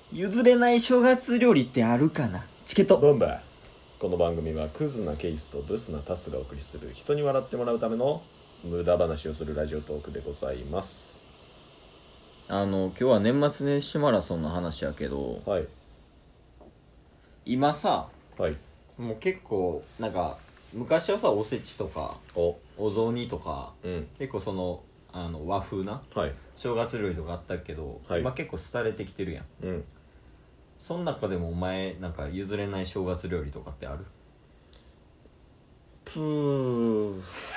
譲れない正月料理ってあるかな。チケットボンバー。この番組はクズなケイスとブスなタスがお送りする人に笑ってもらうための無駄話をするラジオトークでございます。 今日は年末年始マラソンの話やけど、 はい今さはい。 もう結構なんか昔はさおせちとかお雑煮とかうん結構その和風なはい正月料理とかあったけど、 はい今結構廃れてきてるやん。 うん。 その中でもお前なんか譲れない正月料理とかってある？ プー。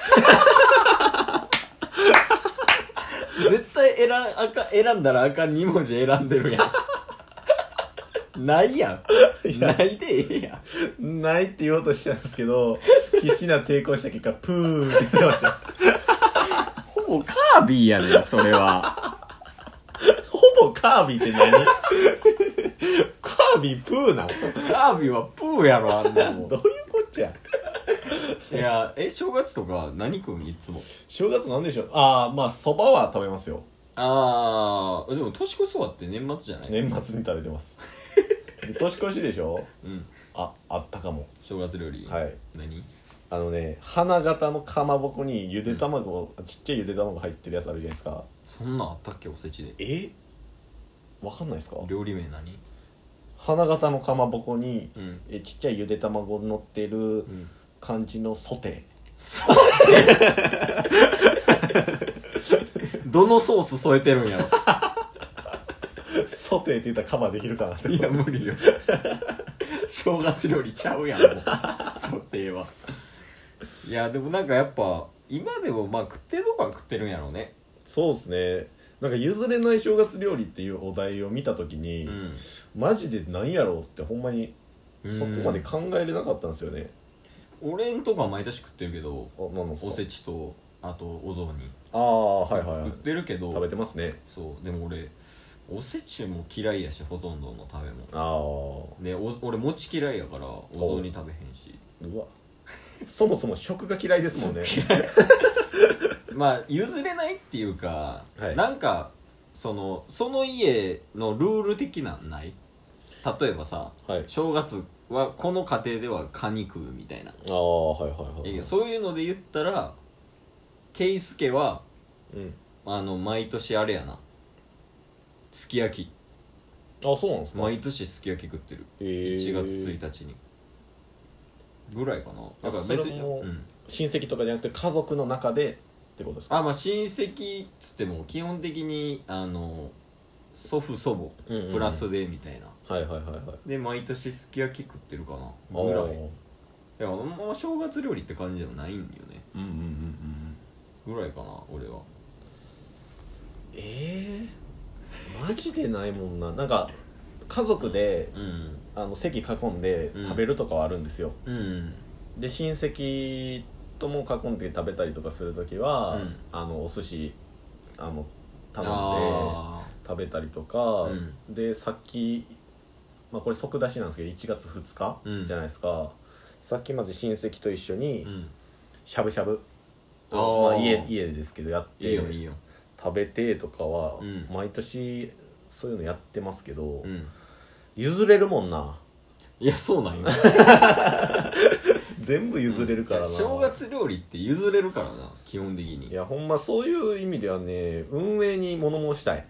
絶対選んだらあかん2文字選んでるやん。ないやん。ないでええやん。 ないって言おうとしたんですけど、必死な抵抗した結果、プーって言ってました。 ほぼカービィやねんそれは。 ほぼカービィって何？カービィプーなの？ カービィはプーやろあんなもん。 どういうこっちゃ。 いや正月とか何食うんいつも？ 正月なんでしょう。まあそばは食べますよ。 でも年越しそばって年末じゃない？ 年末に食べてますで年越しでしょ。 うんあったかも。 正月料理。 はい。 何？ 花形のかまぼこにゆで卵、ちっちゃいゆで卵入ってるやつあるじゃないですか。 そんなんあったっけおせちで？ わかんないですか？ 料理名何？ 花形のかまぼこに、 うんちっちゃいゆで卵乗ってるうん感じのソテどのソース添えてるんやろ？ ーソテーって言ったらカバーできるかなっていや無理よ。正月料理ちゃうやんもうソテーは。いやでもなんかやっぱ今でもまあ食ってるとこは食ってるんやろうね。 そうですね。なんか譲れない正月料理っていうお題を見た時に、 うんマジで何やろうってほんまにそこまで考えれなかったんですよね。 俺んとこは毎年食ってるけど、 何なんですか？ おせちとあとお雑煮はいはいはい食ってるけど、 食べてますね。 そうでも俺おせちも嫌いやし、ほとんどの食べ物で俺餅嫌いやからお雑煮食べへんし。 うわそもそも食が嫌いですもんね。 まあ譲れないっていうか、 はいなんかその家のルール的なんない？例えばさ、 はい。 正月はこの家庭ではカニ食うみたいな、 はいはいはいはい。 そういうので言ったらケイスケはうん。 毎年あれやな、すき焼き。 そうなんですか？ 毎年すき焼き食ってる。1月1日にぐらいかな。だから別にそれもうん親戚とかじゃなくて家族の中でってことですか？ まあ親戚っつっても基本的に祖父祖母プラスでみたいな、 はいはいはいはいで毎年すき焼き食ってるかなぐらい。いやまあ正月料理って感じでもないんよね。 うんうんうんうん。 ぐらいかな俺は。 マジでないもんな。なんか家族で席囲んで食べるとかはあるんですよ。 うんで親戚とも囲んで食べたりとかするときは、お寿司頼んで食べたりとか、でさっき、これ即出しなんですけど1月2日、じゃないですか。さっきまで親戚と一緒にしゃぶしゃぶ、家ですけどやっていいよいいよ。 食べてとかは、毎年そういうのやってますけど、譲れるもんな。 いやそうなんよ。 全部譲れるからな。 正月料理って譲れるからな基本的に。 いやほんまそういう意味ではね、運営に物申したい。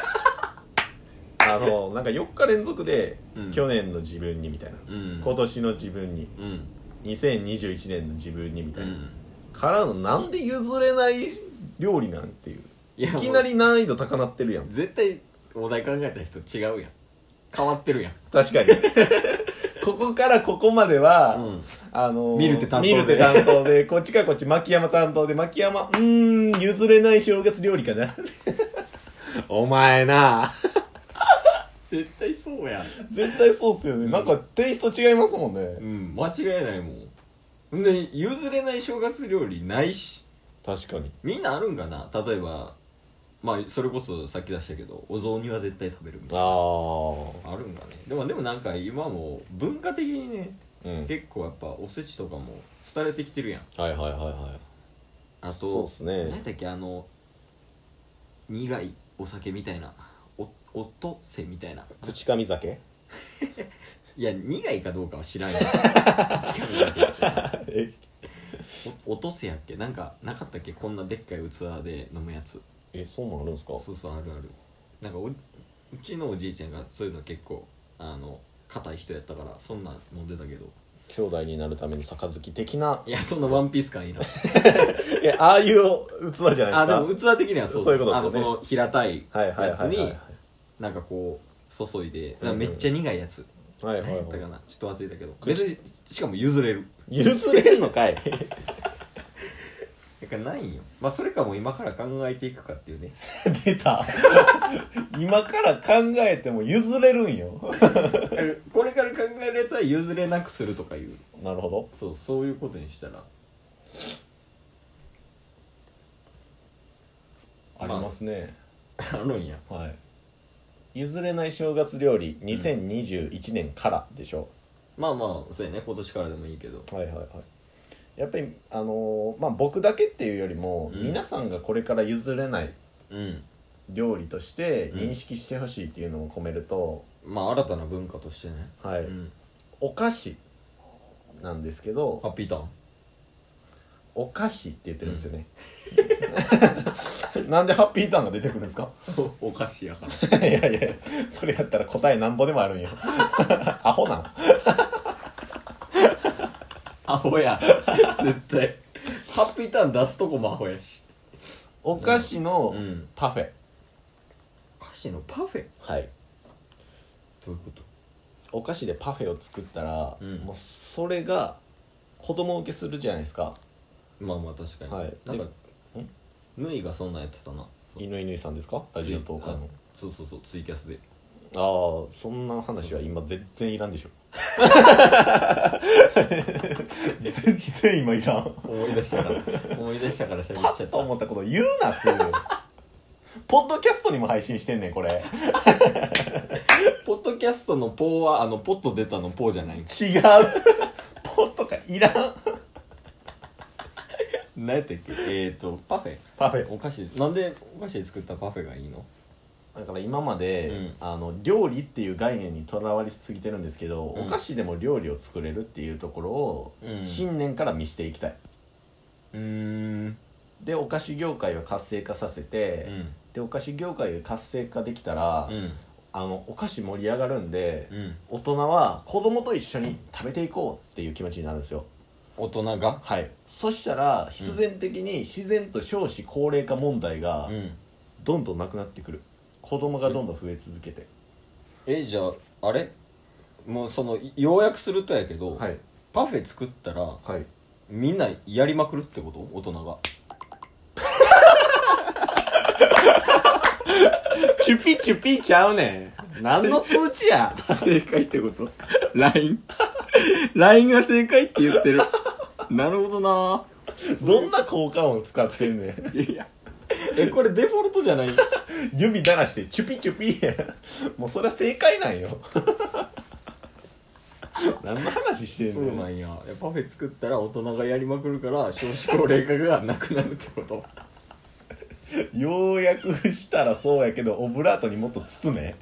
なんか4日連続で、去年の自分にみたいな、今年の自分に、2021年の自分にみたいな、からのなんで譲れない料理なんていう、いきなり難易度高なってるやん。 絶対お題考えた人違うやん。変わってるやん。 確かに。ここからここまでは、 見る手担当でこっちからこっち牧山担当で、牧山譲れない正月料理かな。お前な。 絶対そうやん。 絶対そうっすよね、なんかテイスト違いますもんね。 間違いないもん。で譲れない正月料理ないし。 確かに。 みんなあるんかな。例えばそれこそさっき出したけどお雑煮は絶対食べるみたいなあるんかね。でもなんか今も文化的にね、結構やっぱおせちとかも廃れてきてるやん。 はいはいはいはい。 あとそうっすね。 何だっけ苦いお酒みたいな落とせみたいな。 口噛み酒いや苦いかどうかは知らんよ口噛み酒って落とせやっけ、なんかなかったっけ、こんなでっかい器で飲むやつ。 そんなんあるんですか？ そうそうあるある。なんかうちのおじいちゃんがそういうの結構硬い人やったからそんなん飲んでたけど。 兄弟になるための杯的な。 いやそんなワンピース感いらんいやああいう器じゃないですか。 でも器的にはそうそういうことですよね。 この平たいやつにはいはいはいはいなんかこう注いで、めっちゃ苦いやつ、 はいはいはい、 何やったかな、ちょっと忘れたけど、別にしかも譲れるんのかいなんかないんよ。まあそれかも今から考えていくかっていうね出た今から考えても譲れるんよこれから考えるやつは譲れなくするとかいう。 なるほど。 そういうことにしたらありますね、 あるんや。 はい。譲れない正月料理2021年からでしょ、 まあまあそうやね、今年からでもいいけど。 はいはいはい。やっぱり僕だけっていうよりも、皆さんがこれから譲れない料理として認識してほしいっていうのを込めると、 まあ新たな文化としてね。 はい、お菓子なんですけど、 ハッピーターンお菓子って言ってるんですよね、なんでハッピーターンが出てくるんですか？ お菓子やからいやいやそれやったら答えなんぼでもあるんよアホなんアホや絶対ハッピーターン出すとこもアホやし。 お菓子のパフェ、 お菓子のパフェ、 はい。 どういうこと？ お菓子でパフェを作ったら、もうそれが子供受けするじゃないですか。 まあまあ確かに、 はい、 なんかぬいがそんなんやってたな。 犬さんですか？ラジオトーカーの。 そうツイキャスで。 ああ、そんな話は今全然いらんでしょ全然今いらん。 思い出したから喋っちゃった。 パッと思ったこと言うなすぐポッドキャストにも配信してんねんこれポッドキャストのポーはポッと出たのポーじゃない？違うポッとかいらん何やったっけ？パフェお菓子。なんでお菓子で作ったパフェがいいの？ だから今まで、料理っていう概念にとらわりすぎてるんですけど、お菓子でも料理を作れるっていうところを、新年から見していきたい。でお菓子業界を活性化させて、でお菓子業界が活性化できたら、お菓子盛り上がるんで、大人は子供と一緒に食べていこうっていう気持ちになるんですよ。 大人が？ はい。そしたら必然的に自然と少子高齢化問題がどんどんなくなってくる。子供がどんどん増え続けて。 じゃああれもう要約するとやけど、パフェ作ったら、みんなやりまくるってこと？大人がチュピチュピちゃうねん。何の通知や正解ってこと？ LINE が正解って言ってるなるほどな。 どんな効果音使ってんねん。 いやこれデフォルトじゃない？ 指鳴らしてチュピチュピやもうそれは正解なんよ何の話してんの？ そうなんや。パフェ作ったら大人がやりまくるから少子高齢化がなくなるってこと要約したらそうやけどオブラートにもっと包め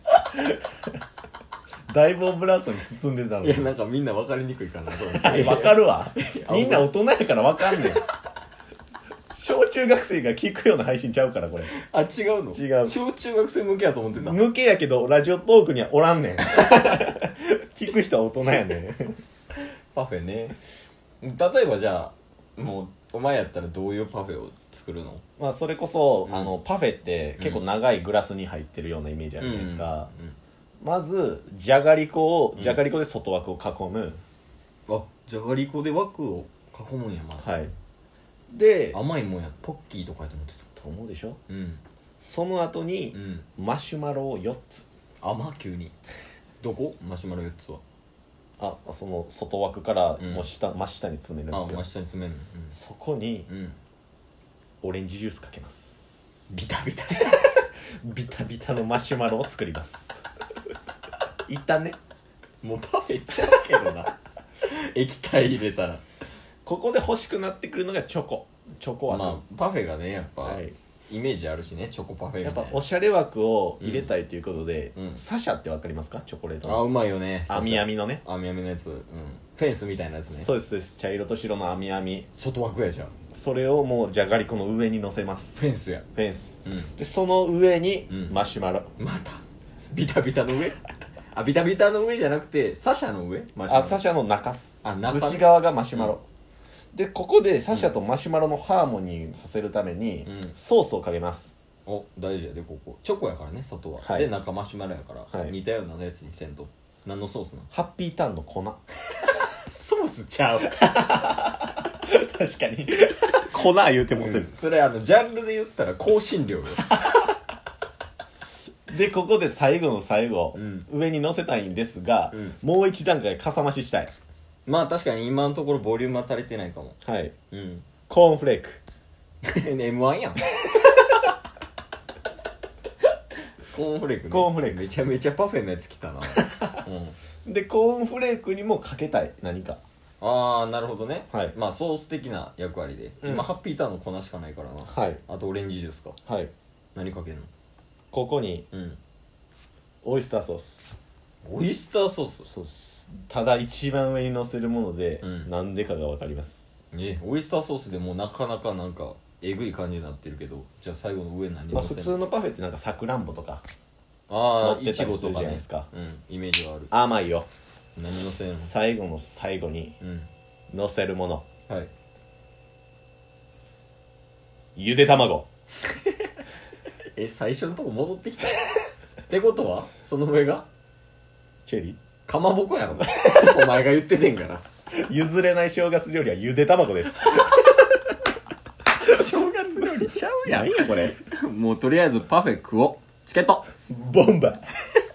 だいぶオブラートに包んでたのに。 いやなんかみんな分かりにくいかなと思って分かるわみんな大人やから分かんねん小中学生が聞くような配信ちゃうからこれ。 あ、違うの？違う。小中学生向けやと思ってた。 向けやけどラジオトークにはおらんねん聞く人は大人やねんパフェね。例えばじゃあもうお前やったらどういうパフェを作るの？ まあそれこそ、パフェって結構長いグラスに入ってるようなイメージあるじゃないですか。まずじゃがりこで外枠を囲む。 あ、じゃがりこで枠を囲むんや。まず、 はい。で甘いもんや。ポッキーとかやと思ってたと思うでしょ。 うんその後に、マシュマロを4つ。 急にどこ？マシュマロ4つはその外枠からもう真下に詰めるんですよ。 真下に詰める、 そこに、オレンジジュースかけます。 ビタビタビタビタのマシュマロを作ります一旦ね。 もうパフェちゃうけどな液体入れたら。 ここで欲しくなってくるのがチョコは、 パフェがねやっぱ、 イメージあるしね、チョコパフェみたいな。 やっぱおしゃれ枠を入れたいということで、サシャってわかりますか？チョコレートの。 うまいよね。 網網のね。 網網のやつ。フェンスみたいなやつね。 そうですそうです。茶色と白の網網。 外枠やじゃん。 それをもうじゃがりこの上に乗せます。 フェンスや。 フェンス。でその上にマシュマロ。 またビタビタの上？ビタビタの上じゃなくてサシャの上？ サシャの中っす。 中内側がマシュマロ。でここでサシャとマシュマロのハーモニーさせるためにソースをかけます。 お、大事やで。ここチョコやからね、外は、で中マシュマロやから、似たようなやつにせんと。何のソースなの？ ハッピーターンの粉。 ソースちゃう。 確かに粉言うてもってる、 それジャンルで言ったら香辛料よ。 でここで最後の最後、上に乗せたいんですが、もう一段階かさ増ししたい。 まあ確かに今のところボリュームは足りてないかも。 はい、コーンフレーク。 M1 やん。コーンフレークね。 コーンフレークめちゃめちゃパフェのやつきたな。 でコーンフレークにもかけたい何か。 なるほどね。 はいまあソース的な役割で、今ハッピーターンの粉しかないからな。 はいあとオレンジジュースか。 はい。 何かけんの？ ここにオイスターソース。 オイスターソース？ そうです。ただ一番上に乗せるもので、なんでかが分かります。 オイスターソースでもうなかなかなんかえぐい感じになってるけど、じゃあ最後の上何乗せるの？ 普通のパフェってなんかさくらんぼとかいちごとかじゃないですか。 イメージがある。 甘いよ。 何乗せるの？ 最後の最後に乗せるもの、 はい、 ゆで卵。 最初のとこ戻ってきた。ってことはその上がチェリーかまぼこやろ。お前が言っててんから譲れない正月料理はゆで卵です。 正月料理ちゃうやん。何やこれ。もうとりあえずパフェ食おう。チケットボンバー。